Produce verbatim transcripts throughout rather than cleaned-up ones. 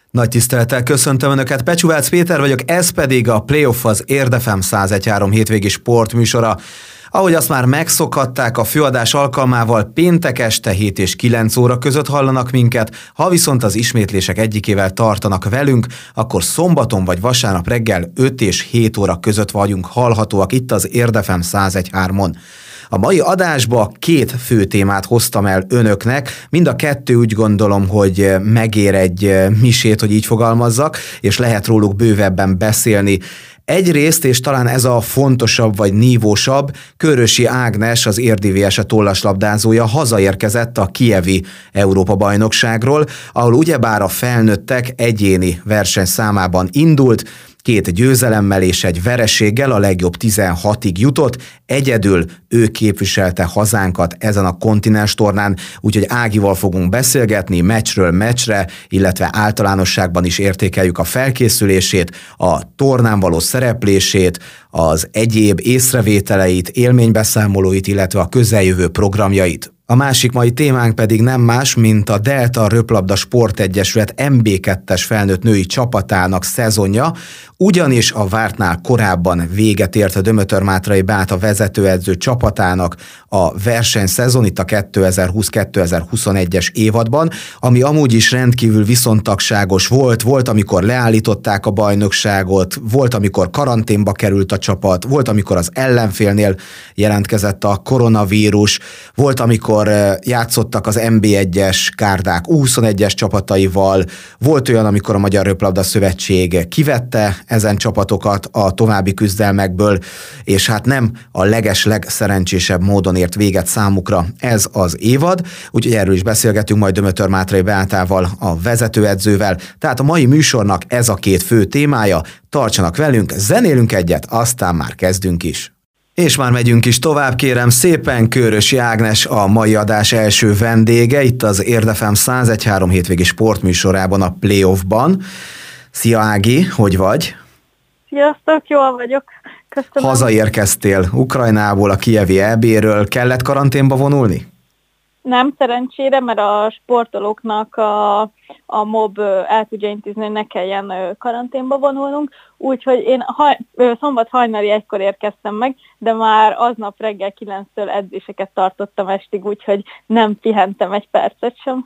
Nagy tisztelettel köszöntöm Önöket, Pecsúvác Péter vagyok, ez pedig a Playoff, az Érd ef em száz egy három hétvégi sportműsora. Ahogy azt már megszokhatták, a főadás alkalmával péntek este hét és kilenc óra között hallanak minket, ha viszont az ismétlések egyikével tartanak velünk, akkor szombaton vagy vasárnap reggel öt és hét óra között vagyunk hallhatóak itt az Érd ef em száz egy hármon. A mai adásba két fő témát hoztam el önöknek, mind a kettő úgy gondolom, hogy megér egy misét, hogy így fogalmazzak, és lehet róluk bővebben beszélni. Egyrészt, és talán ez a fontosabb vagy nívósabb, Körösi Ágnes, az érdi vé es e tollaslabdázója hazaérkezett a kijevi Európa-bajnokságról, ahol ugyebár a felnőttek egyéni versenyszámában indult, két győzelemmel és egy vereséggel a legjobb tizenhatig jutott, egyedül ő képviselte hazánkat ezen a kontinens tornán, úgyhogy Ágival fogunk beszélgetni meccsről meccsre, illetve általánosságban is értékeljük a felkészülését, a tornán való szereplését, az egyéb észrevételeit, élménybeszámolóit, illetve a közeljövő programjait. A másik mai témánk pedig nem más, mint a Delta Röplabda Sportegyesület em bé kettes felnőtt női csapatának szezonja, ugyanis a vártnál korábban véget ért a Dömötör-Mátrai Beáta vezetőedző csapatának a versenyszezon itt a kétezer-húsz kétezer-huszonegyes évadban, ami amúgy is rendkívül viszontagságos volt, volt, amikor leállították a bajnokságot, volt, amikor karanténba került a csapat, volt, amikor az ellenfélnél jelentkezett a koronavírus, volt, amikor játszottak az em bé egyes kárdák u huszonegyes csapataival, volt olyan, amikor a Magyar Röplabda Szövetség kivette ezen csapatokat a további küzdelmekből, és hát nem a leges legszerencsésebb módon ért véget számukra ez az évad, úgyhogy erről is beszélgetünk majd Dömötör-Mátrai Beátával, a vezetőedzővel, tehát a mai műsornak ez a két fő témája, tartsanak velünk, zenélünk egyet, aztán már kezdünk is. És már megyünk is tovább, kérem szépen, Körösi Ágnes a mai adás első vendége, itt az Érd ef em száz egy három hétvégi sportműsorában, a Playoffban. Szia Ági, hogy vagy? Sziasztok, jól vagyok, köszönöm. Hazaérkeztél Ukrajnából, a kijevi é béről, kellett karanténba vonulni? Nem, szerencsére, mert a sportolóknak a, a mob el tudja intézni, hogy ne kelljen karanténba vonulnunk, úgyhogy én haj, szombat hajnali egykor érkeztem meg, de már aznap reggel kilenctől edzéseket tartottam estig, úgyhogy nem pihentem egy percet sem.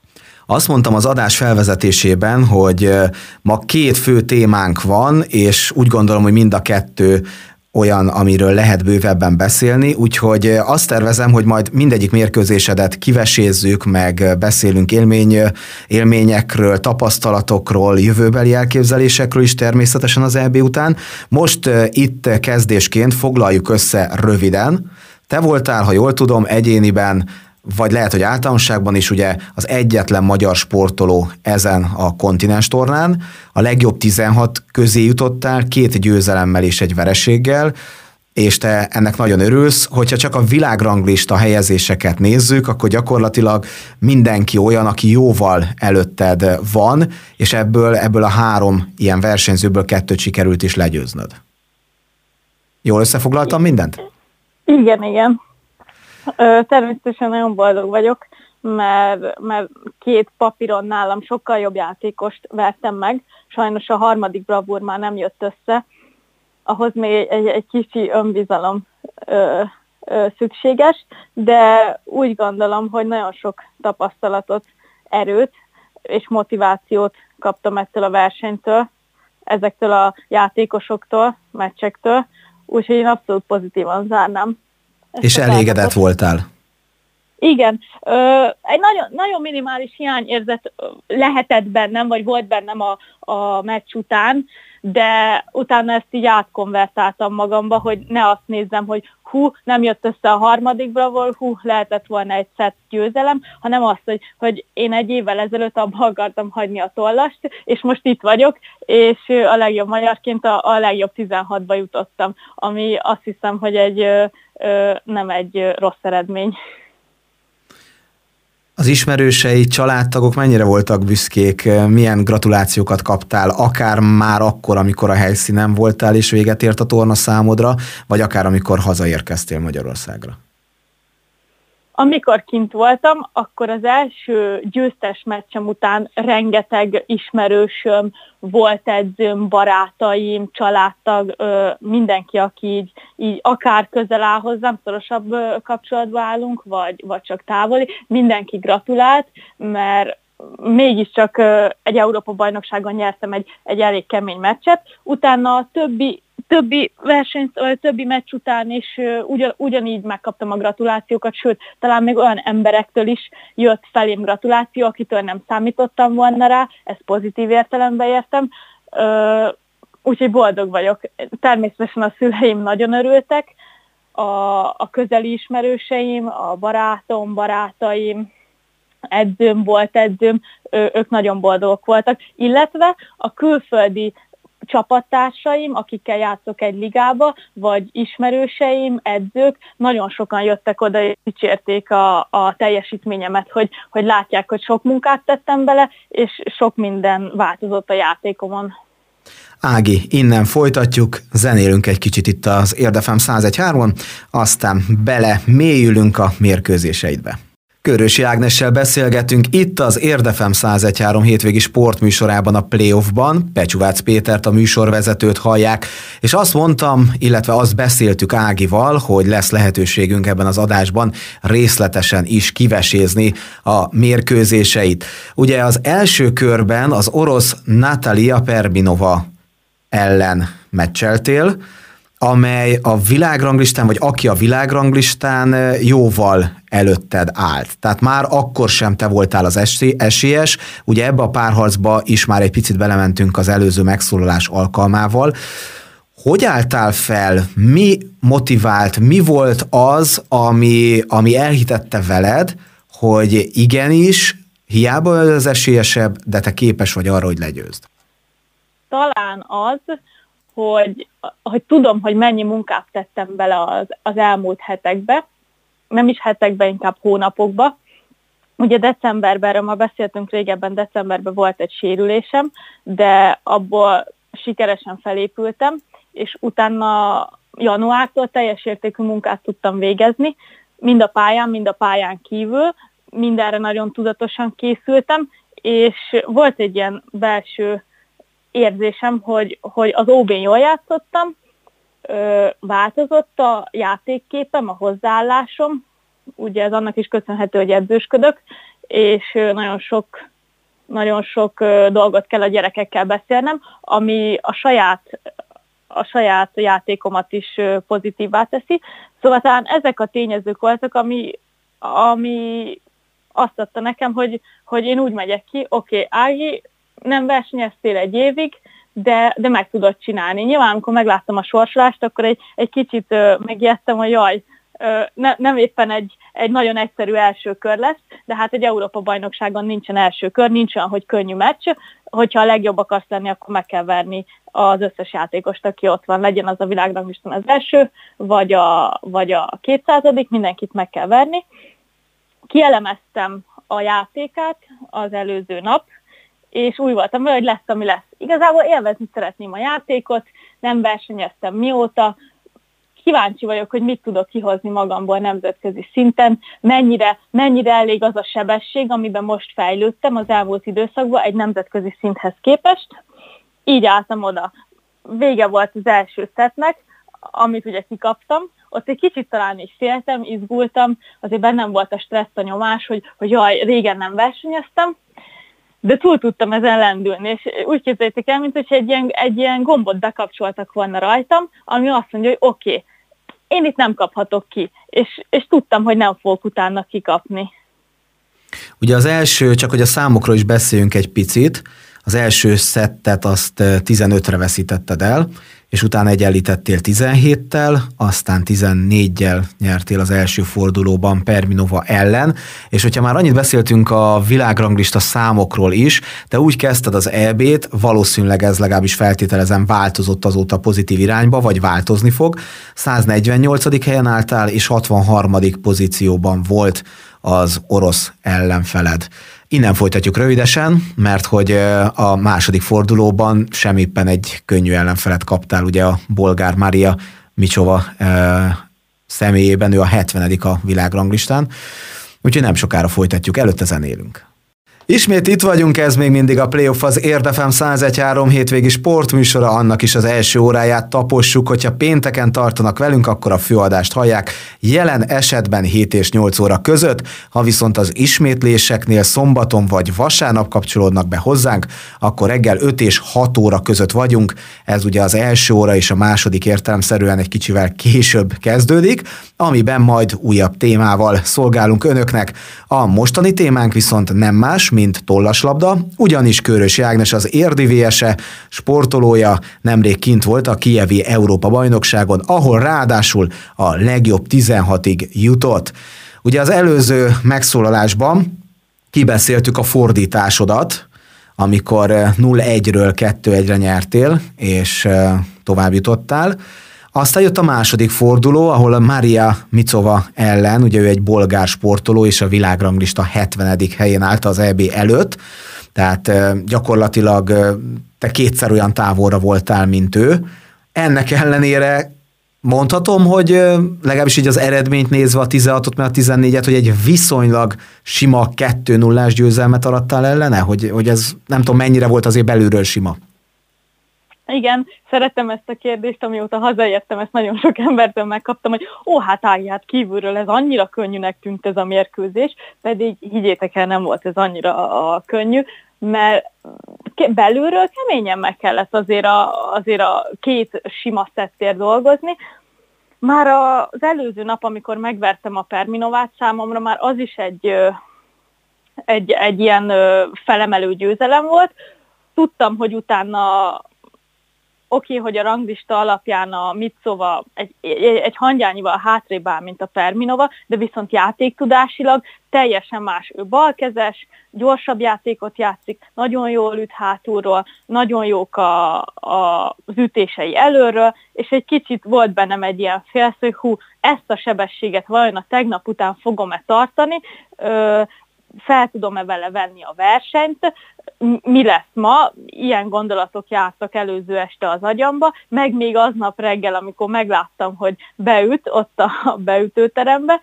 Azt mondtam az adás felvezetésében, hogy ma két fő témánk van, és úgy gondolom, hogy mind a kettő olyan, amiről lehet bővebben beszélni, úgyhogy azt tervezem, hogy majd mindegyik mérkőzésedet kivesézzük, meg beszélünk élmény, élményekről, tapasztalatokról, jövőbeli elképzelésekről is természetesen az é bé után. Most itt kezdésként foglaljuk össze röviden. Te voltál, ha jól tudom, egyéniben, vagy lehet, hogy általánosságban is ugye az egyetlen magyar sportoló ezen a kontinens tornán. A legjobb tizenhat közé jutottál, két győzelemmel és egy vereséggel, és te ennek nagyon örülsz. Hogyha csak a világranglista helyezéseket nézzük, akkor gyakorlatilag mindenki olyan, aki jóval előtted van, és ebből, ebből a három ilyen versenyzőből kettőt sikerült is legyőznöd. Jól összefoglaltam mindent? Igen, igen. Természetesen nagyon boldog vagyok, mert, mert két papíron nálam sokkal jobb játékost vertem meg, sajnos a harmadik bravúr már nem jött össze, ahhoz még egy, egy kicsi önbizalom ö, ö, szükséges, de úgy gondolom, hogy nagyon sok tapasztalatot, erőt és motivációt kaptam ettől a versenytől, ezektől a játékosoktól, meccsektől, úgyhogy én abszolút pozitívan zárnám. És elégedett voltál? Igen. Ö, egy nagyon, nagyon minimális hiányérzet lehetett bennem, vagy volt bennem a, a meccs után, de utána ezt így átkonvertáltam magamba, hogy ne azt nézzem, hogy hú, nem jött össze a harmadik bravúr, hú, lehetett volna egy szett győzelem, hanem azt, hogy, hogy én egy évvel ezelőtt abba akartam hagyni a tollast, és most itt vagyok, és a legjobb magyarként a, a legjobb tizenhatba jutottam, ami azt hiszem, hogy egy ö, ö, nem egy rossz eredmény. Az ismerősei, családtagok mennyire voltak büszkék, milyen gratulációkat kaptál, akár már akkor, amikor a helyszínen voltál és véget ért a torna számodra, vagy akár amikor hazaérkeztél Magyarországra? Amikor kint voltam, akkor az első győztes meccsem után rengeteg ismerősöm, volt edzőm, barátaim, családtag, mindenki, aki így, így akár közel áll hozzám, szorosabb kapcsolatba állunk, vagy, vagy csak távoli, mindenki gratulált, mert mégiscsak egy Európa-bajnokságon nyertem egy, egy elég kemény meccset, utána a többi többi verseny, többi meccs után is ugyan, ugyanígy megkaptam a gratulációkat, sőt, talán még olyan emberektől is jött felém gratuláció, akitől nem számítottam volna rá, ezt pozitív értelemben értem, úgyhogy boldog vagyok. Természetesen a szüleim nagyon örültek, a, a közeli ismerőseim, a barátom, barátaim, edzőm volt edzőm, ők nagyon boldogok voltak, illetve a külföldi csapattársaim, akikkel játszok egy ligába, vagy ismerőseim, edzők, nagyon sokan jöttek oda, és dicsérték a, a teljesítményemet, hogy, hogy látják, hogy sok munkát tettem bele, és sok minden változott a játékomon. Ági, innen folytatjuk, zenélünk egy kicsit itt az Érd ef em száz egy három, aztán bele mélyülünk a mérkőzéseidbe. Körösi Ágnessel beszélgetünk itt az Érd ef em száz egy három hétvégi sportműsorában a Playoffban. Pecsúvác Pétert, a műsorvezetőt hallják, és azt mondtam, illetve azt beszéltük Ágival, hogy lesz lehetőségünk ebben az adásban részletesen is kivesézni a mérkőzéseit. Ugye az első körben az orosz Natalia Perminova ellen meccseltél, amely a világranglistán, vagy aki a világranglistán jóval előtted állt. Tehát már akkor sem te voltál az esélyes, ugye ebbe a párharcba is már egy picit belementünk az előző megszólalás alkalmával. Hogy álltál fel? Mi motivált? Mi volt az, ami, ami elhitette veled, hogy igenis, hiába az esélyesebb, de te képes vagy arra, hogy legyőzd? Talán az, hogy, hogy tudom, hogy mennyi munkát tettem bele az, az elmúlt hetekbe, nem is hetekbe, inkább hónapokba. Ugye decemberben, erről ma beszéltünk régebben, decemberben volt egy sérülésem, de abból sikeresen felépültem, és utána januártól teljes értékű munkát tudtam végezni, mind a pályán, mind a pályán kívül, mindenre nagyon tudatosan készültem, és volt egy ilyen belső érzésem, hogy, hogy az ó bén jól játszottam, változott a játékképem, a hozzáállásom, ugye ez annak is köszönhető, hogy edzősködök, és nagyon sok, nagyon sok dolgot kell a gyerekekkel beszélnem, ami a saját, a saját játékomat is pozitívvá teszi. Szóval talán ezek a tényezők voltak, ami, ami azt adta nekem, hogy, hogy én úgy megyek ki, oké, okay, Ági, nem versenyeztél egy évig, de, de meg tudod csinálni. Nyilván, amikor megláttam a sorsolást, akkor egy, egy kicsit uh, megijedtem, hogy jaj, uh, ne, nem éppen egy, egy nagyon egyszerű első kör lesz, de hát egy Európa-bajnokságon nincsen első kör, nincs olyan, hogy könnyű meccs. Hogyha a legjobb akarsz lenni, akkor meg kell verni az összes játékost, aki ott van, legyen az a világranglistán az első, vagy a, vagy a kétszázadik, mindenkit meg kell verni. Kielemeztem a játékát az előző nap, és úgy voltam vele, hogy lesz, ami lesz. Igazából élvezni szeretném a játékot, nem versenyeztem mióta, kíváncsi vagyok, hogy mit tudok kihozni magamból nemzetközi szinten, mennyire, mennyire elég az a sebesség, amiben most fejlődtem az elmúlt időszakban egy nemzetközi szinthez képest. Így álltam oda. Vége volt az első szettnek, amit ugye kikaptam, ott egy kicsit talán is féltem, izgultam, azért bennem volt a stressz, a nyomás, hogy, hogy jaj, régen nem versenyeztem, de túl tudtam ezen lendülni, és úgy képzeljétek el, mint hogy egy ilyen, egy ilyen gombot bekapcsoltak volna rajtam, ami azt mondja, hogy oké, okay, én itt nem kaphatok ki, és, és tudtam, hogy nem fogok utána kikapni. Ugye az első, csak hogy a számokról is beszéljünk egy picit, az első szettet azt tizenötre veszítetted el, és utána egyenlítettél tizenhéttel, aztán tizennégyel nyertél az első fordulóban Perminova ellen, és hogyha már annyit beszéltünk a világranglista számokról is, te úgy kezdted az é bét, valószínűleg ez legalábbis feltételezem változott azóta pozitív irányba, vagy változni fog, száznegyvennyolcadik helyen álltál, és hatvanharmadik pozícióban volt az orosz ellenfeled. Innen folytatjuk rövidesen, mert hogy a második fordulóban semmippen egy könnyű ellenfelet kaptál, ugye a bolgár Maria Micsova személyében ő a hetvenedik a világranglistán, úgyhogy nem sokára folytatjuk, előtte zenélünk. Ismét itt vagyunk, ez még mindig a Playoff, az Érdefem száz egy három hétvégi sportműsora, annak is az első óráját tapossuk, hogyha pénteken tartanak velünk, akkor a főadást hallják, jelen esetben hét és nyolc óra között, ha viszont az ismétléseknél szombaton vagy vasárnap kapcsolódnak be hozzánk, akkor reggel öt és hat óra között vagyunk, ez ugye az első óra és a második értelemszerűen egy kicsivel később kezdődik, amiben majd újabb témával szolgálunk önöknek. A mostani témánk viszont nem más, mint tollaslabda, ugyanis Kőrösi Ágnes az érdi vé es-e sportolója nemrég kint volt a kijevi Európa-bajnokságon, ahol ráadásul a legjobb tizenhatig jutott. Ugye az előző megszólalásban kibeszéltük a fordításodat, amikor nulla egyről kettő egyre nyertél, és tovább jutottál. Aztán jött a második forduló, ahol a Maria Micova ellen, ugye ő egy bolgár sportoló, és a világranglista hetvenedik helyén állt az é bé előtt, tehát gyakorlatilag te kétszer olyan távolra voltál, mint ő. Ennek ellenére mondhatom, hogy legalábbis így az eredményt nézve a tizenhatot, mert a tizennégyet, hogy egy viszonylag sima kettő nullás győzelmet arattál ellene, hogy, hogy ez nem tudom mennyire volt azért belülről sima. Igen, szeretem ezt a kérdést, amióta hazaértem, ezt nagyon sok embertől megkaptam, hogy ó, hát Ági, hát kívülről ez annyira könnyűnek tűnt ez a mérkőzés, pedig higgyétek el, nem volt ez annyira a könnyű, mert belülről keményen meg kellett azért a, azért a két sima szettért dolgozni. Már az előző nap, amikor megvertem a Perminovát, számomra már az is egy, egy, egy ilyen felemelő győzelem volt. Tudtam, hogy utána oké, okay, hogy a ranglista alapján a Micova egy, egy, egy hangyányival hátrébb áll, mint a Perminova, de viszont játéktudásilag teljesen más. Ő balkezes, gyorsabb játékot játszik, nagyon jól üt hátulról, nagyon jók a, a, az ütései előről, és egy kicsit volt bennem egy ilyen félsz, hogy hú, ezt a sebességet vajon a tegnap után fogom-e tartani, ö, fel tudom-e vele venni a versenyt, mi lesz ma, ilyen gondolatok jártak előző este az agyamba, meg még aznap reggel, amikor megláttam, hogy beüt ott a beütőterembe,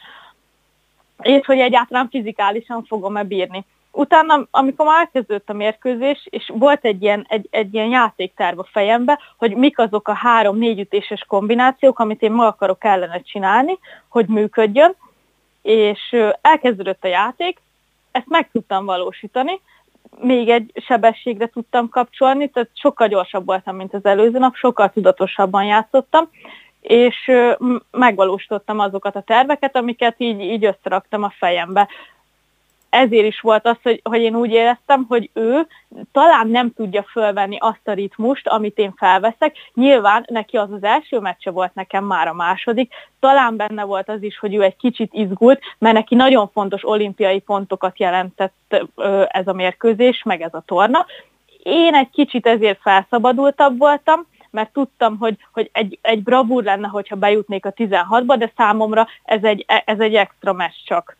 és hogy egyáltalán fizikálisan fogom-e bírni. Utána, amikor már elkezdődött a mérkőzés, és volt egy ilyen, egy, egy ilyen játékterv a fejembe, hogy mik azok a három-négy ütéses kombinációk, amit én meg akarok ellene csinálni, hogy működjön, és elkezdődött a játék, ezt meg tudtam valósítani, még egy sebességre tudtam kapcsolni, tehát sokkal gyorsabb voltam, mint az előző nap, sokkal tudatosabban játszottam, és megvalósítottam azokat a terveket, amiket így, így összeraktam a fejembe. Ezért is volt az, hogy, hogy én úgy éreztem, hogy ő talán nem tudja fölvenni azt a ritmust, amit én felveszek. Nyilván neki az az első meccse volt, nekem már a második. Talán benne volt az is, hogy ő egy kicsit izgult, mert neki nagyon fontos olimpiai pontokat jelentett ez a mérkőzés, meg ez a torna. Én egy kicsit ezért felszabadultabb voltam, mert tudtam, hogy, hogy egy, egy bravúr lenne, hogyha bejutnék a tizenhatba, de számomra ez egy, ez egy extra meccs csak.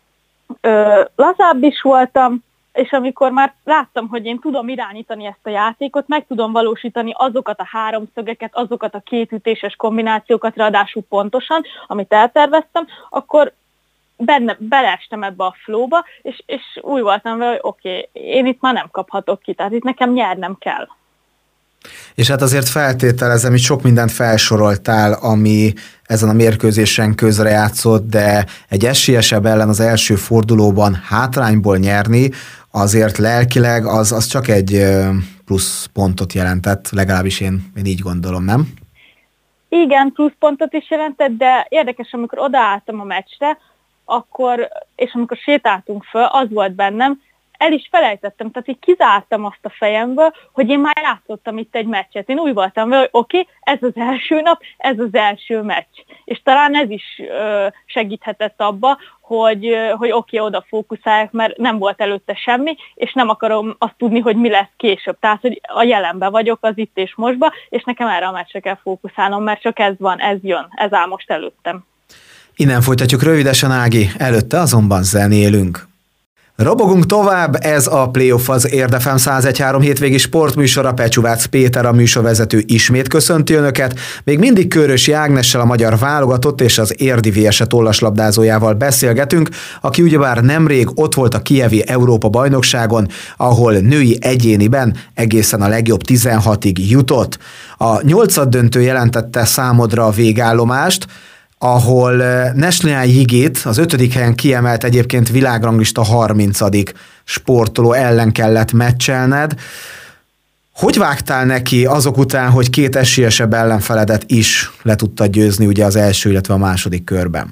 Ö, lazább is voltam, és amikor már láttam, hogy én tudom irányítani ezt a játékot, meg tudom valósítani azokat a háromszögeket, azokat a kétütéses kombinációkat, ráadásul pontosan, amit elterveztem, akkor benne, beleestem ebbe a flowba, és, és úgy voltam vele, hogy oké, okay, én itt már nem kaphatok ki, tehát itt nekem nyernem kell. És hát azért feltételezem, hogy sok mindent felsoroltál, ami ezen a mérkőzésen közrejátszott, de egy esélyesebb ellen az első fordulóban hátrányból nyerni, azért lelkileg az, az csak egy plusz pontot jelentett, legalábbis én, én így gondolom, nem? Igen, plusz pontot is jelentett, de érdekes, amikor odaálltam a meccsre, akkor, és amikor sétáltunk föl, az volt bennem, el is felejtettem, tehát így kizártam azt a fejemből, hogy én már játszottam itt egy meccset. Én úgy voltam vele, hogy oké, okay, ez az első nap, ez az első meccs. És talán ez is ö, segíthetett abba, hogy, ö, hogy oké, okay, oda fókuszáljak, mert nem volt előtte semmi, és nem akarom azt tudni, hogy mi lesz később. Tehát, hogy a jelenben vagyok, az itt és mostba, és nekem erre a meccsre kell fókuszálnom, mert csak ez van, ez jön, ez áll most előttem. Innen folytatjuk rövidesen, Ági, előtte azonban zenélünk. Robogunk tovább, ez a Playoff az Érdefem száz egy három hétvégi sportműsora, Pecsúvác Péter a műsorvezető ismét köszönti önöket. Még mindig Körösi Ágnessel, a magyar válogatott és az Érdi vé es e tollaslabdázójával beszélgetünk, aki ugyebár nemrég ott volt a kijevi Európa-bajnokságon, ahol női egyéniben egészen a legjobb tizenhatig jutott. A nyolcaddöntő jelentette számodra a végállomást, ahol Neslián Jigit az ötödik helyen kiemelt egyébként világranglista harmincadik sportoló ellen kellett meccselned. Hogy vágtál neki azok után, hogy két esélyesebb ellenfeledet is le tudtad győzni ugye az első, illetve a második körben?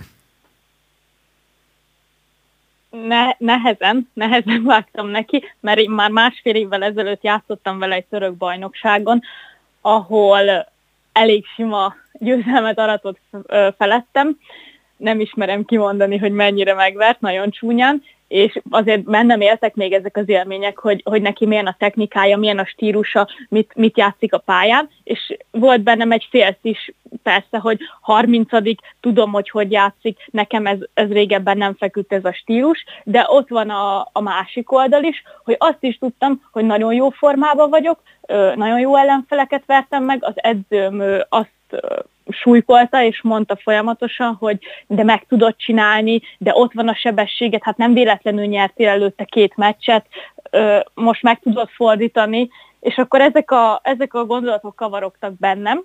Ne, nehezen, nehezen vágtam neki, mert én már másfél évvel ezelőtt játszottam vele egy török bajnokságon, ahol elég sima győzelmet aratott felettem. Nem ismerem kimondani, hogy mennyire megvert, nagyon csúnyán, és azért bennem éltek még ezek az élmények, hogy, hogy neki milyen a technikája, milyen a stílusa, mit, mit játszik a pályán, és volt bennem egy félsz is, persze, hogy harmincadik, tudom, hogy hogy játszik, nekem ez, ez régebben nem feküdt ez a stílus, de ott van a, a másik oldal is, hogy azt is tudtam, hogy nagyon jó formában vagyok, nagyon jó ellenfeleket vertem meg, az edzőm azt súlykolta, és mondta folyamatosan, hogy de meg tudod csinálni, de ott van a sebességet, hát nem véletlenül nyertél előtte két meccset, most meg tudod fordítani, és akkor ezek a, ezek a gondolatok kavarogtak bennem,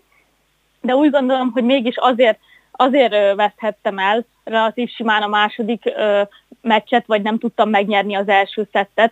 de úgy gondolom, hogy mégis azért, azért veszthettem el relatív simán a második meccset, vagy nem tudtam megnyerni az első szettet,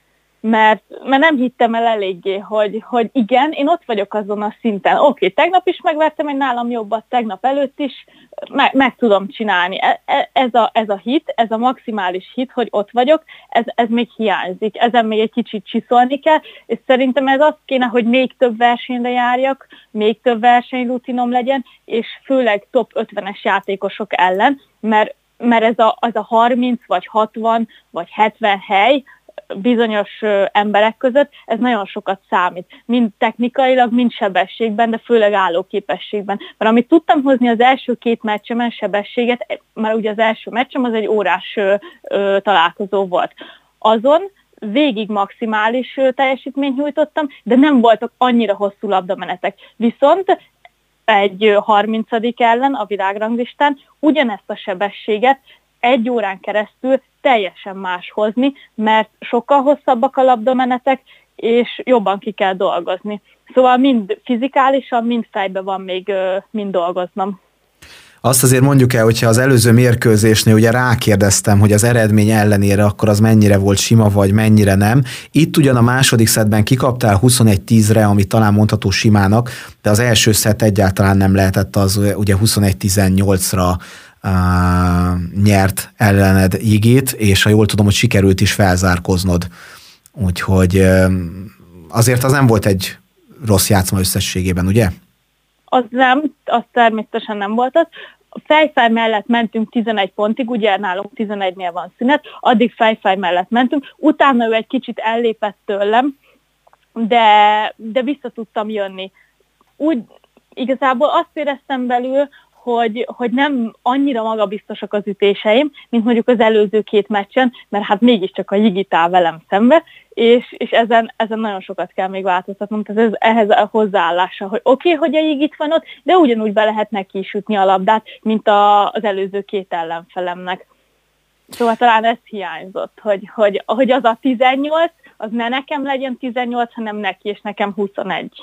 Mert, mert nem hittem el eléggé, hogy, hogy igen, én ott vagyok azon a szinten. Oké, okay, tegnap is megvertem egy nálam jobbat, tegnap előtt is, meg, meg tudom csinálni. Ez a, ez a hit, ez a maximális hit, hogy ott vagyok, ez, ez még hiányzik. Ezen még egy kicsit csiszolni kell, és szerintem ez azt kéne, hogy még több versenyre járjak, még több versenyrutinom legyen, és főleg top ötvenes játékosok ellen, mert, mert ez a, az a harminc, vagy hatvan, vagy hetven hely, bizonyos emberek között, ez nagyon sokat számít. Mind technikailag, mind sebességben, de főleg állóképességben. Mert amit tudtam hozni az első két meccsemen sebességet, már ugye az első meccsem az egy órás ö, ö, találkozó volt. Azon végig maximális ö, teljesítményt nyújtottam, de nem voltak annyira hosszú labdamenetek. Viszont egy harmincadik ellen a világranglistán ugyanezt a sebességet egy órán keresztül teljesen más hozni, mert sokkal hosszabbak a labdamenetek, és jobban ki kell dolgozni. Szóval mind fizikálisan, mind fejben van még mind dolgoznom. Azt azért mondjuk el, hogyha az előző mérkőzésnél ugye rákérdeztem, hogy az eredmény ellenére akkor az mennyire volt sima, vagy mennyire nem. Itt ugyan a második szettben kikaptál huszonegy tízre, ami talán mondható simának, de az első szett egyáltalán nem lehetett, az ugye huszonegy tizennyolcra Uh, nyert ellened Jigit, és ha jól tudom, hogy sikerült is felzárkoznod. Úgyhogy uh, azért az nem volt egy rossz játszma összességében, ugye? Az nem, az természetesen nem volt az. A fejfej mellett mentünk tizenegy pontig, ugye nálunk tizenegynél van szünet, addig fejfej mellett mentünk, utána ő egy kicsit ellépett tőlem, de, de vissza tudtam jönni. Úgy igazából azt éreztem belül, Hogy, hogy nem annyira magabiztosak az ütéseim, mint mondjuk az előző két meccsen, mert hát mégiscsak a Jigit áll velem szembe, és, és ezen, ezen nagyon sokat kell még változtatnom, tehát ez, ehhez a hozzáállása, hogy oké, okay, hogy a Jigit van ott, de ugyanúgy be lehet neki is ütni a labdát, mint a, az előző két ellenfelemnek. Szóval talán ez hiányzott, hogy, hogy, hogy az a tizennyolc, az ne nekem legyen tizennyolc, hanem neki, és nekem huszonegy.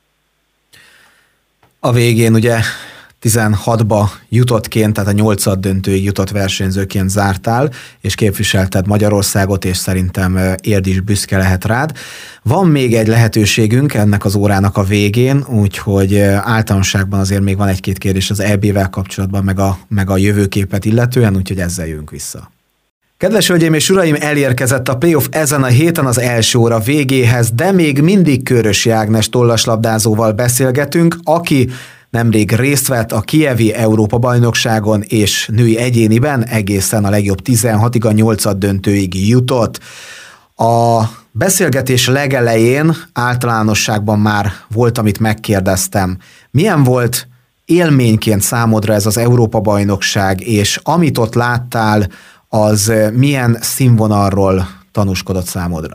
A végén ugye tizenhatba jutottként, tehát a nyolcad döntőig jutott versenyzőként zártál, és képviselted Magyarországot, és szerintem Érd is büszke lehet rád. Van még egy lehetőségünk ennek az órának a végén, úgyhogy általánosságban azért még van egy-két kérdés az é bével kapcsolatban, meg a, meg a jövőképet illetően, úgyhogy ezzel jövünk vissza. Kedves hölgyeim és uraim, elérkezett a playoff ezen a héten az első óra végéhez, de még mindig Körösi Ágnes tollaslabdázóval beszélgetünk, aki nemrég részt vett a kijevi Európa-bajnokságon, és női egyéniben egészen a legjobb tizenhatig, a nyolcad döntőig jutott. A beszélgetés legelején általánosságban már volt, amit megkérdeztem. Milyen volt élményként számodra ez az Európa-bajnokság, és amit ott láttál, az milyen színvonalról tanúskodott számodra?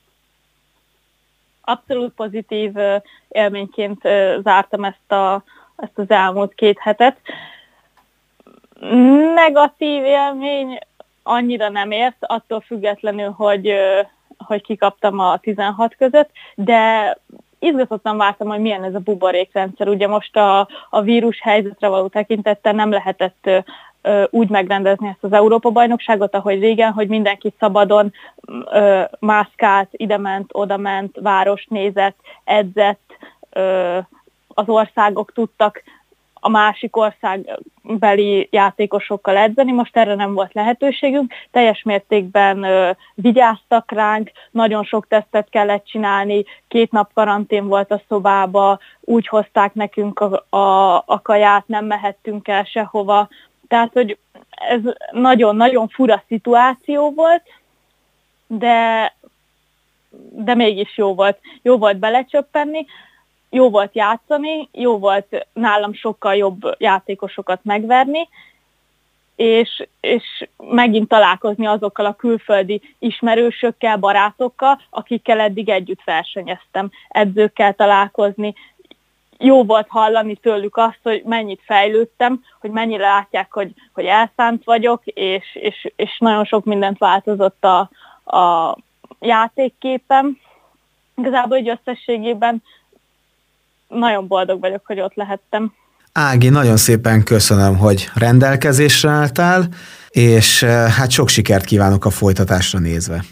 Abszolút pozitív élményként zártam ezt, a, ezt az elmúlt két hetet. Negatív élmény annyira nem ért, attól függetlenül, hogy, hogy kikaptam a tizenhat között, de izgatottan vártam, hogy milyen ez a buborékrendszer. Ugye most a, a vírus helyzetre való tekintettel nem lehetett ö, úgy megrendezni ezt az Európa-bajnokságot, ahogy régen, hogy mindenki szabadon ö, mászkált, idement, odament, várost nézett, edzett, ö, az országok tudtak a másik országbeli játékosokkal edzeni, most erre nem volt lehetőségünk, teljes mértékben ö, vigyáztak ránk, nagyon sok tesztet kellett csinálni, két nap karantén volt a szobába, úgy hozták nekünk a, a, a kaját, nem mehettünk el sehova, tehát, hogy ez nagyon-nagyon fura szituáció volt, de, de mégis jó volt. Jó volt belecsöppenni, jó volt játszani, jó volt nálam sokkal jobb játékosokat megverni, és, és megint találkozni azokkal a külföldi ismerősökkel, barátokkal, akikkel eddig együtt versenyeztem, edzőkkel találkozni. Jó volt hallani tőlük azt, hogy mennyit fejlődtem, hogy mennyire látják, hogy, hogy elszánt vagyok, és, és, és nagyon sok mindent változott a, a játékképem. Igazából egy összességében nagyon boldog vagyok, hogy ott lehettem. Ági, nagyon szépen köszönöm, hogy rendelkezésre álltál, és hát sok sikert kívánok a folytatásra nézve.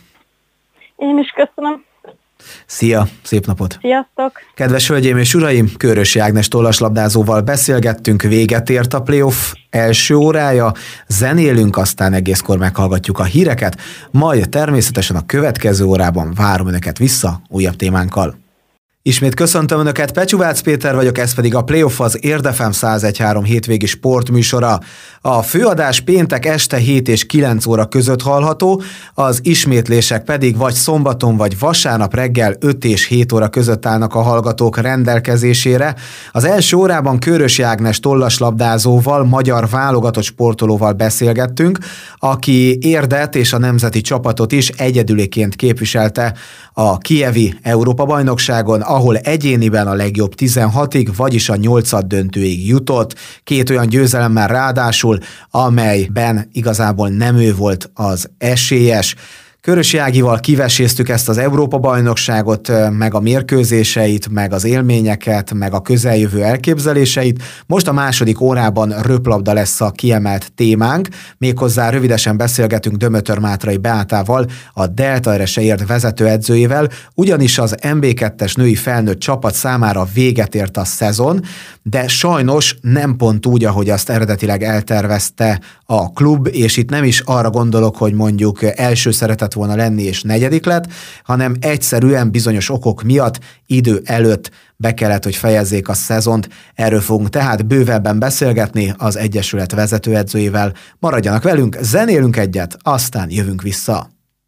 Én is köszönöm. Szia, szép napot! Sziasztok! Kedves hölgyeim és uraim, Kőrösi Ágnes tollaslabdázóval beszélgettünk, véget ért a playoff első órája, zenélünk, aztán egészkor meghallgatjuk a híreket, majd természetesen a következő órában várom önöket vissza újabb témánkkal. Ismét köszöntöm Önöket, Pecsúvác Péter vagyok, ez pedig a Playoff az Érdefem száz egy három hétvégi sportműsora. A főadás péntek este hét és kilenc óra között hallható, az ismétlések pedig vagy szombaton vagy vasárnap reggel öt és hét óra között állnak a hallgatók rendelkezésére. Az első órában Kőrösi Ágnes tollaslabdázóval, magyar válogatott sportolóval beszélgettünk, aki érdet és a nemzeti csapatot is egyedüliként képviselte a kijevi Európa-bajnokságon, ahol egyéniben a legjobb tizenhatig, vagyis a nyolcad döntőig jutott, két olyan győzelemmel ráadásul, amelyben igazából nem ő volt az esélyes. Kőrösi Ágival kiveséztük ezt az Európa-bajnokságot, meg a mérkőzéseit, meg az élményeket, meg a közeljövő elképzeléseit. Most a második órában röplabda lesz a kiemelt témánk, méghozzá rövidesen beszélgetünk Dömötör Mátrai Beátával, a Delta er es e vezetőedzőjével, ugyanis az em bé kettes női felnőtt csapat számára véget ért a szezon, de sajnos nem pont úgy, ahogy azt eredetileg eltervezte a klub, és itt nem is arra gondolok, hogy mondjuk első szeretet volna lenni és negyedik lett, hanem egyszerűen bizonyos okok miatt idő előtt be kellett, hogy fejezzék a szezont. Erről fogunk tehát bővebben beszélgetni az Egyesület vezetőedzőjével. Maradjanak velünk, zenélünk egyet, aztán jövünk vissza.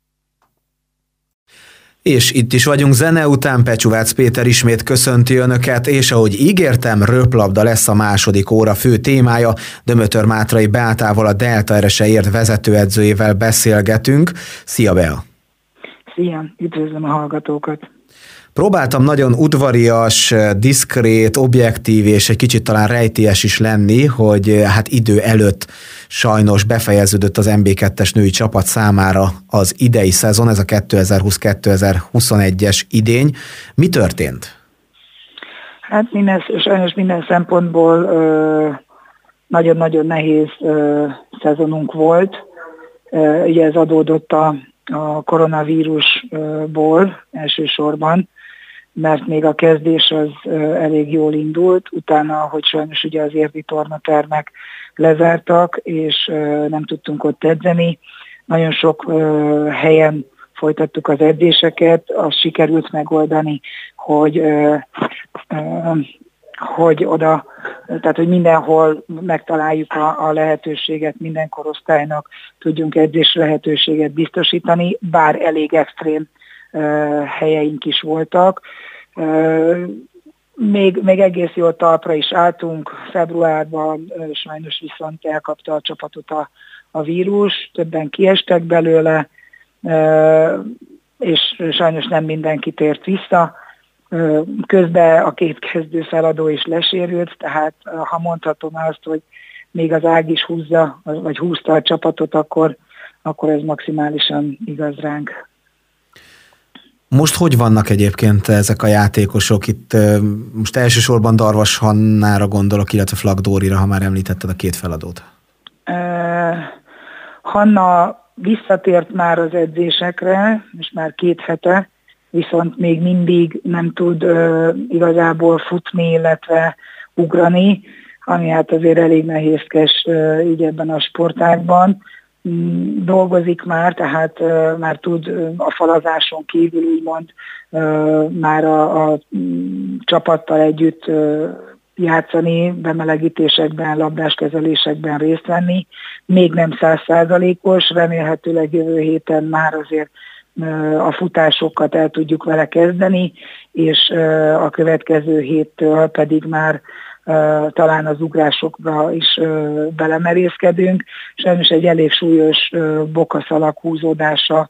És itt is vagyunk zene után, Pecsúvác Péter ismét köszönti Önöket, és ahogy ígértem, röplabda lesz a második óra fő témája. Dömötör Mátrai Beátával, a Delta er es e vezetőedzőjével beszélgetünk. Szia, Bea! Szia, üdvözlöm a hallgatókat! Próbáltam nagyon udvarias, diszkrét, objektív és egy kicsit talán rejtélyes is lenni, hogy hát idő előtt sajnos befejeződött az em bé kettes női csapat számára az idei szezon, ez a kétezer-húsz kétezer-huszonegyes idény. Mi történt? Hát minden, sajnos minden szempontból ö, nagyon-nagyon nehéz ö, szezonunk volt. Ö, ugye ez adódott a, a koronavírusból elsősorban, mert még a kezdés az ö, elég jól indult, utána, hogy sajnos ugye az érdi tornatermek lezártak, és ö, nem tudtunk ott edzeni. Nagyon sok ö, helyen folytattuk az edzéseket, azt sikerült megoldani, hogy, ö, ö, hogy oda, tehát hogy mindenhol megtaláljuk a, a lehetőséget, minden korosztálynak tudjunk edzés lehetőséget biztosítani, bár elég extrém ö, helyeink is voltak. Ö, Még, még egész jól talpra is álltunk, februárban sajnos viszont elkapta a csapatot a, a vírus, többen kiestek belőle, és sajnos nem mindenki tért vissza. Közben a két kezdő feladó is lesérült, tehát ha mondhatom azt, hogy még az ág is húzza, vagy húzta a csapatot, akkor, akkor ez maximálisan igaz ránk. Most hogy vannak egyébként ezek a játékosok? Itt most elsősorban Darvas Hannára gondolok, illetve Flak Dórira, ha már említetted a két feladót. Uh, Hanna visszatért már az edzésekre, most már két hete, viszont még mindig nem tud uh, igazából futni, illetve ugrani, ami hát azért elég nehézkes uh, így ebben a sportágban. Mm, dolgozik már, tehát uh, már tud uh, a falazáson kívül úgymond uh, már a, a mm, csapattal együtt uh, játszani, bemelegítésekben, labdáskezelésekben részt venni. Még nem száz százalékos, remélhetőleg jövő héten már azért a futásokat el tudjuk vele kezdeni, és a következő héttől pedig már talán az ugrásokra is belemerészkedünk. Sajnos egy elég súlyos bokaszalak húzódása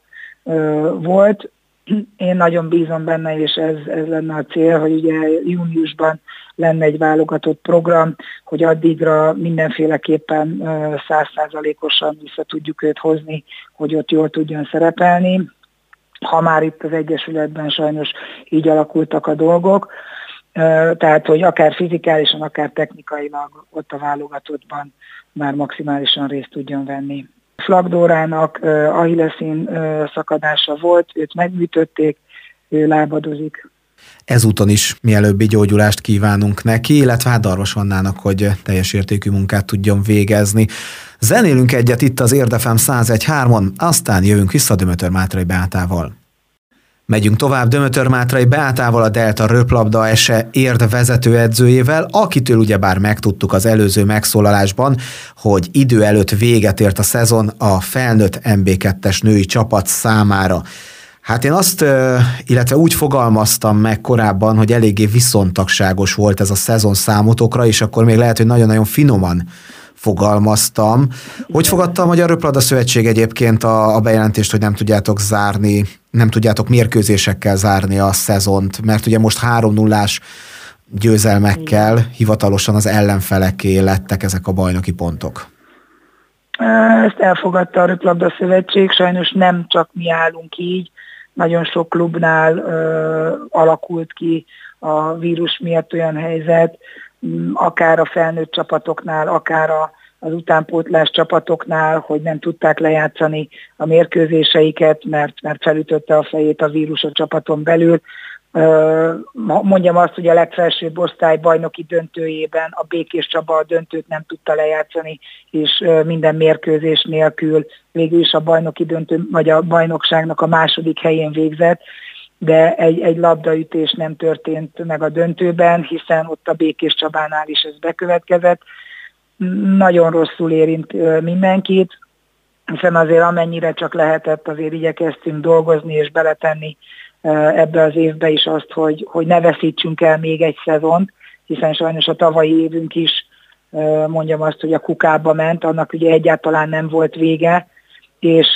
volt. Én nagyon bízom benne, és ez, ez lenne a cél, hogy ugye júniusban lenne egy válogatott program, hogy addigra mindenféleképpen száz százalékosan vissza tudjuk őt hozni, hogy ott jól tudjon szerepelni. Ha már itt az Egyesületben sajnos így alakultak a dolgok, tehát hogy akár fizikálisan, akár technikailag ott a válogatottban már maximálisan részt tudjon venni. Flak Dórának ahilleszín szakadása volt, őt megműtötték, ő lábadozik. Ezúton is mielőbbi gyógyulást kívánunk neki, illetve hát Darvas Hannának, hogy teljes értékű munkát tudjon végezni. Zenélünk egyet itt az Érdef ef em száz egy pont három-on, aztán jövünk vissza Dömötör-Mátrai Beátával. Megyünk tovább Dömötör-Mátrai Beátával, a Delta röplabda es e érd vezetőedzőjével, akitől ugyebár megtudtuk az előző megszólalásban, hogy idő előtt véget ért a szezon a felnőtt em bé kettes női csapat számára. Hát én azt, illetve úgy fogalmaztam meg korábban, hogy eléggé viszontagságos volt ez a szezon számotokra, és akkor még lehet, hogy nagyon-nagyon finoman fogalmaztam. Hogy fogadta a Magyar Röplabda Szövetség egyébként a, a bejelentést, hogy nem tudjátok zárni, nem tudjátok mérkőzésekkel zárni a szezont, mert ugye most három nullás győzelmekkel hivatalosan az ellenfeleké lettek ezek a bajnoki pontok. Ezt elfogadta a Röplabda Szövetség, sajnos nem csak mi állunk így, nagyon sok klubnál ö, alakult ki a vírus miatt olyan helyzet, akár a felnőtt csapatoknál, akár a, az utánpótlás csapatoknál, hogy nem tudták lejátszani a mérkőzéseiket, mert, mert felütötte a fejét a vírus a csapaton belül. Mondjam azt, hogy a legfelsőbb osztály bajnoki döntőjében a Békés Csaba a döntőt nem tudta lejátszani, és minden mérkőzés nélkül végül is a bajnoki döntő, vagy a bajnokságnak a második helyén végzett, de egy, egy labdaütés nem történt meg a döntőben, hiszen ott a Békés Csabánál is ez bekövetkezett. Nagyon rosszul érint mindenkit, hiszen azért amennyire csak lehetett, azért igyekeztünk dolgozni és beletenni ebbe az évbe is azt, hogy, hogy ne veszítsünk el még egy szezont, hiszen sajnos a tavalyi évünk is, mondjam azt, hogy a kukába ment, annak ugye egyáltalán nem volt vége, és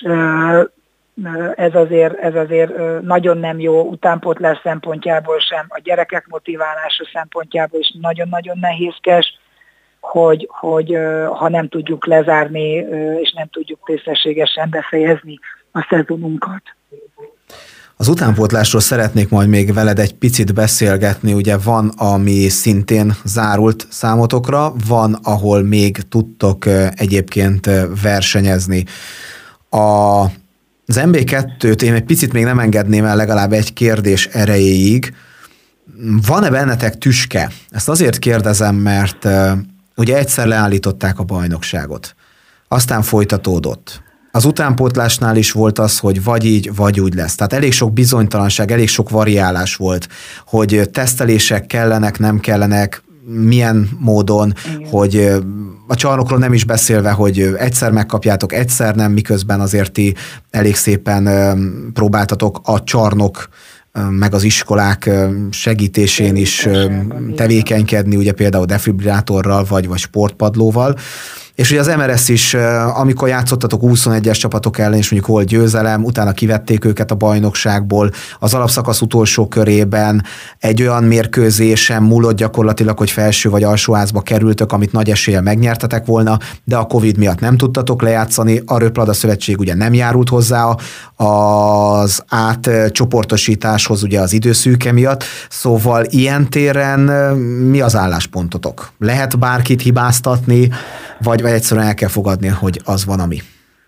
ez azért, ez azért nagyon nem jó utánpótlás szempontjából sem, a gyerekek motiválása szempontjából is nagyon-nagyon nehézkes, hogy, hogy ha nem tudjuk lezárni, és nem tudjuk tisztességesen befejezni a szezonunkat. Az utánpótlásról szeretnék majd még veled egy picit beszélgetni, ugye van, ami szintén zárult számotokra, van, ahol még tudtok egyébként versenyezni. A, az em bé kettőt én egy picit még nem engedném el legalább egy kérdés erejéig. Van-e bennetek tüske? Ezt azért kérdezem, mert ugye egyszer leállították a bajnokságot, aztán folytatódott. Az utánpótlásnál is volt az, hogy vagy így, vagy úgy lesz. Tehát elég sok bizonytalanság, elég sok variálás volt, hogy tesztelések kellenek, nem kellenek, milyen módon, igen. Hogy a csarnokról nem is beszélve, hogy egyszer megkapjátok, egyszer nem, miközben azért ti elég szépen próbáltatok a csarnok meg az iskolák segítésén is tevékenykedni, ugye például defibrillátorral, vagy, vagy sportpadlóval. És ugye az em er es is, amikor játszottatok huszonegyes csapatok ellen, és mondjuk volt győzelem, utána kivették őket a bajnokságból, az alapszakasz utolsó körében egy olyan mérkőzésen múlott gyakorlatilag, hogy felső vagy alsóházba kerültök, amit nagy eséllyel megnyertetek volna, de a Covid miatt nem tudtatok lejátszani, a Röplabda Szövetség ugye nem járult hozzá az átcsoportosításhoz ugye az időszűke miatt, szóval ilyen téren mi az álláspontotok? Lehet bárkit hibáztatni, vagy, vagy egyszerűen el kell fogadni, hogy az van, ami?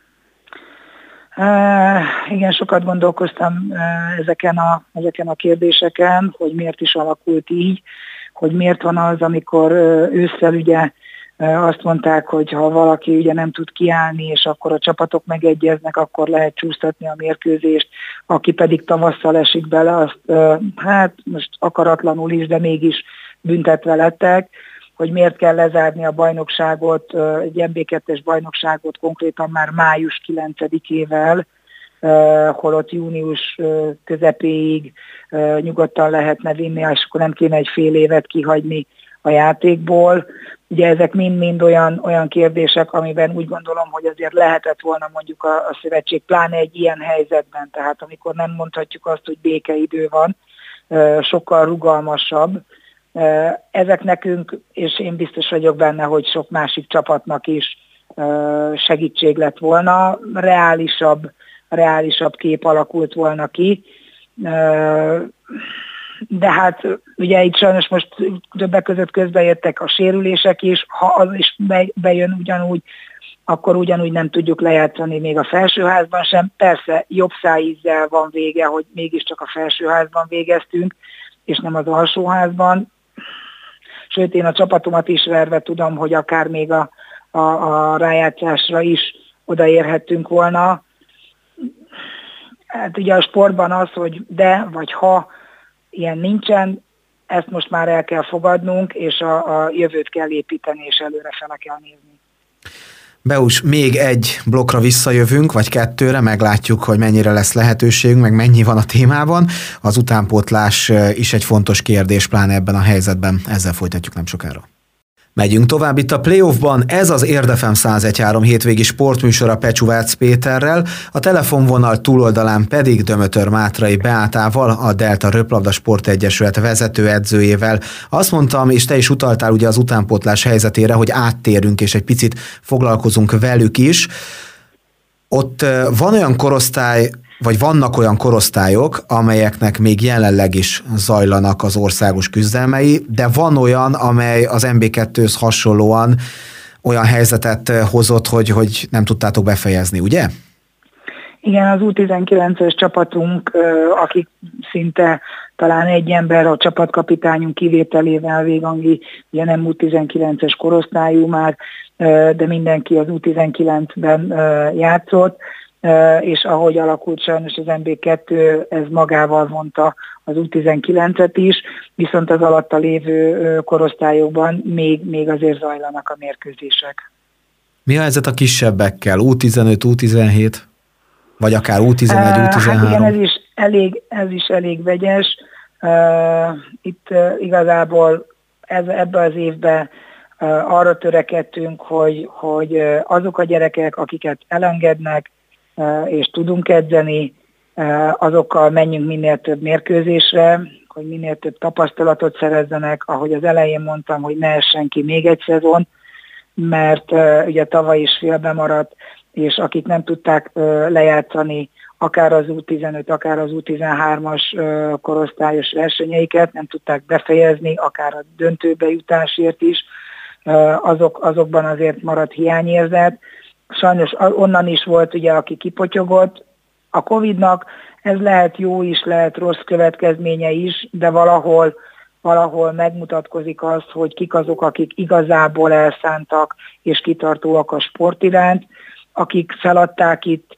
Uh, igen, sokat gondolkoztam uh, ezeken, a, ezeken a kérdéseken, hogy miért is alakult így, hogy miért van az, amikor uh, ősszel ugye uh, azt mondták, hogy ha valaki ugye nem tud kiállni, és akkor a csapatok megegyeznek, akkor lehet csúsztatni a mérkőzést, aki pedig tavasszal esik bele, azt uh, hát most akaratlanul is, de mégis büntetve lettek, hogy miért kell lezárni a bajnokságot, egy em bé kettes bajnokságot konkrétan már május kilencedikével, holott június közepéig nyugodtan lehetne vinni, és akkor nem kéne egy fél évet kihagyni a játékból. Ugye ezek mind-mind olyan, olyan kérdések, amiben úgy gondolom, hogy azért lehetett volna mondjuk a, a szövetség, pláne egy ilyen helyzetben, tehát amikor nem mondhatjuk azt, hogy békeidő van, sokkal rugalmasabb. Ezek nekünk, és én biztos vagyok benne, hogy sok másik csapatnak is segítség lett volna, reálisabb, reálisabb kép alakult volna ki. De hát ugye itt sajnos most többek között közbeértek a sérülések is, ha az is bejön ugyanúgy, akkor ugyanúgy nem tudjuk lejátszani még a felsőházban sem. Persze jobb szájízzel van vége, hogy mégiscsak a felsőházban végeztünk, és nem az alsóházban. Sőt, én a csapatomat is verve tudom, hogy akár még a, a, a rájátszásra is odaérhettünk volna. Hát ugye a sportban az, hogy de vagy ha ilyen nincsen, ezt most már el kell fogadnunk, és a, a jövőt kell építeni, és előrefele kell nézni. Beus, még egy blokkra visszajövünk, vagy kettőre, meglátjuk, hogy mennyire lesz lehetőségünk, meg mennyi van a témában. Az utánpótlás is egy fontos kérdés, pláne ebben a helyzetben. Ezzel folytatjuk nem sokára. Megyünk tovább itt a playoffban, ez az Érdefem száz egy három hétvégi sportműsora Pecsúvác Péterrel, a telefonvonal túloldalán pedig Dömötör Mátrai Beátával, a Delta Röplabda Sportegyesület vezetőedzőjével. Azt mondtam, és te is utaltál ugye az utánpótlás helyzetére, hogy áttérünk és egy picit foglalkozunk velük is. Ott van olyan korosztály, vagy vannak olyan korosztályok, amelyeknek még jelenleg is zajlanak az országos küzdelmei, de van olyan, amely az em bé kettőhöz hasonlóan olyan helyzetet hozott, hogy, hogy nem tudtátok befejezni, ugye? Igen, az U tizenkilences csapatunk, akik szinte talán egy ember, a csapatkapitányunk kivételével, Végangi, ugye nem U tizenkilences korosztályú már, de mindenki az U tizenkilencben játszott, és ahogy alakult sajnos az em bé kettő, ez magával vonta az U tizenkilencet is, viszont az alatta lévő korosztályokban még, még azért zajlanak a mérkőzések. Mi a helyzet a kisebbekkel? U tizenöt, U tizenhét? Vagy akár U tizenegy, U tizenhárom? Hát igen, ez is elég, ez is elég vegyes. Itt igazából ez, ebben az évben arra törekedtünk, hogy, hogy azok a gyerekek, akiket elengednek, és tudunk edzeni, azokkal menjünk minél több mérkőzésre, hogy minél több tapasztalatot szerezzenek, ahogy az elején mondtam, hogy ne essen ki még egy szezon, mert ugye tavaly is félbe maradt, és akik nem tudták lejátszani akár az U tizenöt, akár az U tizenhármas korosztályos versenyeiket, nem tudták befejezni, akár a döntőbe jutásért is, azok, azokban azért maradt hiányérzet. Sajnos onnan is volt ugye, aki kipotyogott. A Covidnak ez lehet jó is, lehet rossz következménye is, de valahol, valahol megmutatkozik az, hogy kik azok, akik igazából elszántak és kitartóak a sport iránt, akik feladták itt,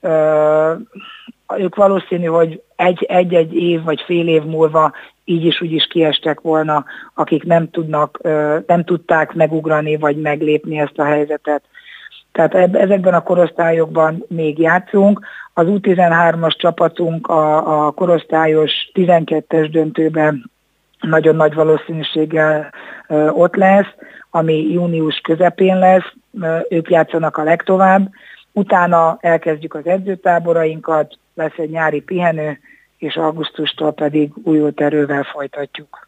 ők valószínű, hogy egy-egy év vagy fél év múlva így is úgy is kiestek volna, akik nem tudnak, nem tudták megugrani vagy meglépni ezt a helyzetet. Tehát ezekben a korosztályokban még játszunk. Az U tizenhármas csapatunk a, a korosztályos tizenkettes döntőben nagyon nagy valószínűséggel ott lesz. ami június közepén lesz, ők játszanak a legtovább, utána elkezdjük az edzőtáborainkat, lesz egy nyári pihenő, és augusztustól pedig újult erővel folytatjuk.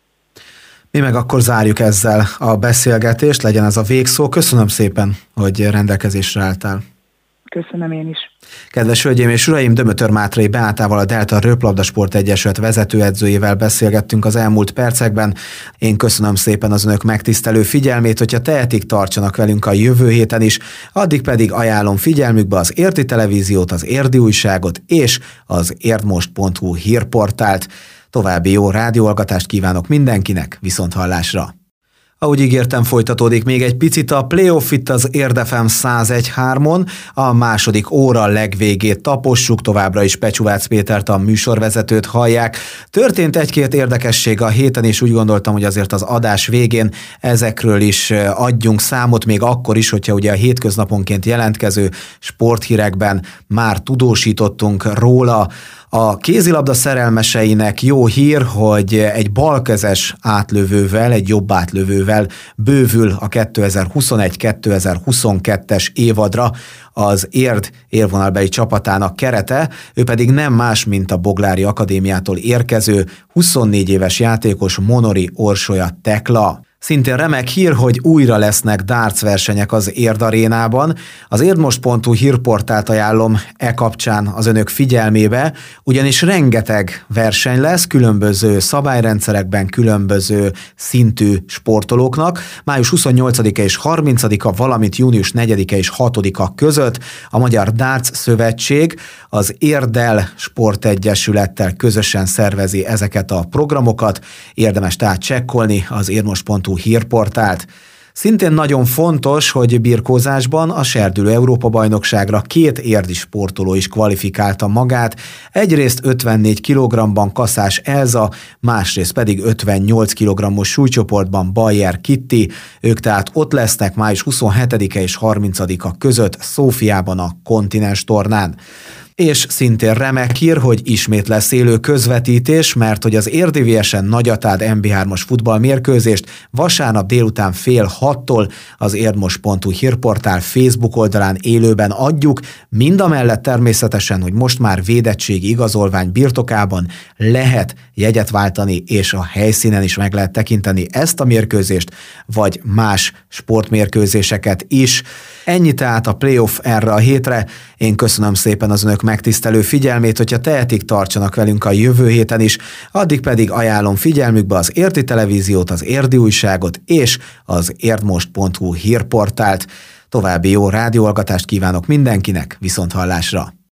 Mi meg akkor zárjuk ezzel a beszélgetést, legyen ez a végszó. Köszönöm szépen, hogy rendelkezésre álltál. Köszönöm én is. Kedves hölgyeim és uraim, Dömötör Mátrai Beátával, a Delta Röplabdasport Egyesület vezetőedzőjével beszélgettünk az elmúlt percekben. Én köszönöm szépen az önök megtisztelő figyelmét, hogyha tehetik, tartsanak velünk a jövő héten is, addig pedig ajánlom figyelmükbe az Érdi Televíziót, az Érdi Újságot és az érdmost pont hu hírportált. További jó rádióhallgatást kívánok mindenkinek, viszonthallásra! Ahogy ígértem, folytatódik még egy picit a playoff itt az Érd ef em száz egy hármon, a második óra legvégét tapossuk, továbbra is Pecsúvác Pétert, a műsorvezetőt hallják. Történt egy-két érdekesség a héten, és úgy gondoltam, hogy azért az adás végén ezekről is adjunk számot, még akkor is, hogyha ugye a hétköznaponként jelentkező sporthírekben már tudósítottunk róla. A kézilabda szerelmeseinek jó hír, hogy egy balkezes átlövővel, egy jobb átlövővel bővül a kétezer-huszonegy kétezer-huszonkettes évadra az Érd élvonalbeli csapatának kerete, ő pedig nem más, mint a Boglári Akadémiától érkező huszonnégy éves játékos Monori Orsolya Tekla. Szintén remek hír, hogy újra lesznek darts versenyek az Érd arénában. Az érdmost pont hu hírportált ajánlom e kapcsán az önök figyelmébe, ugyanis rengeteg verseny lesz különböző szabályrendszerekben, különböző szintű sportolóknak. május huszonnyolcadika és harmincadika, valamint június negyedike és hatodika között a Magyar Darts Szövetség az Érddel Sportegyesülettel közösen szervezi ezeket a programokat. Érdemes tehát csekkolni az érdmost pont hu hírportált. Szintén nagyon fontos, hogy birkózásban a serdülő Európa-bajnokságra két érdi sportoló is kvalifikálta magát, egyrészt ötvennégy kilogrammban Kaszás Elza, másrészt pedig ötvennyolc kilogrammos súlycsoportban Bayer Kitti, ők tehát ott lesznek május huszonhetedike és harmincadika között Szófiában a kontinens tornán. És szintén remek hír, hogy ismét lesz élő közvetítés, mert hogy az Érdiviesen Nagyatád em bé hármas futballmérkőzést vasárnap délután fél hattól az érdmost pont hu hírportál Facebook oldalán élőben adjuk, mindamellett természetesen, hogy most már védettségi igazolvány birtokában lehet jegyet váltani, és a helyszínen is meg lehet tekinteni ezt a mérkőzést, vagy más sportmérkőzéseket is. Ennyi tehát a playoff erre a hétre. Én köszönöm szépen az önök megtisztelő figyelmét, hogyha tehetik, tartsanak velünk a jövő héten is, addig pedig ajánlom figyelmükbe az Érdi Televíziót, az Érdi Újságot és az érdmost pont hu hírportált. További jó rádióhallgatást kívánok mindenkinek, viszonthallásra!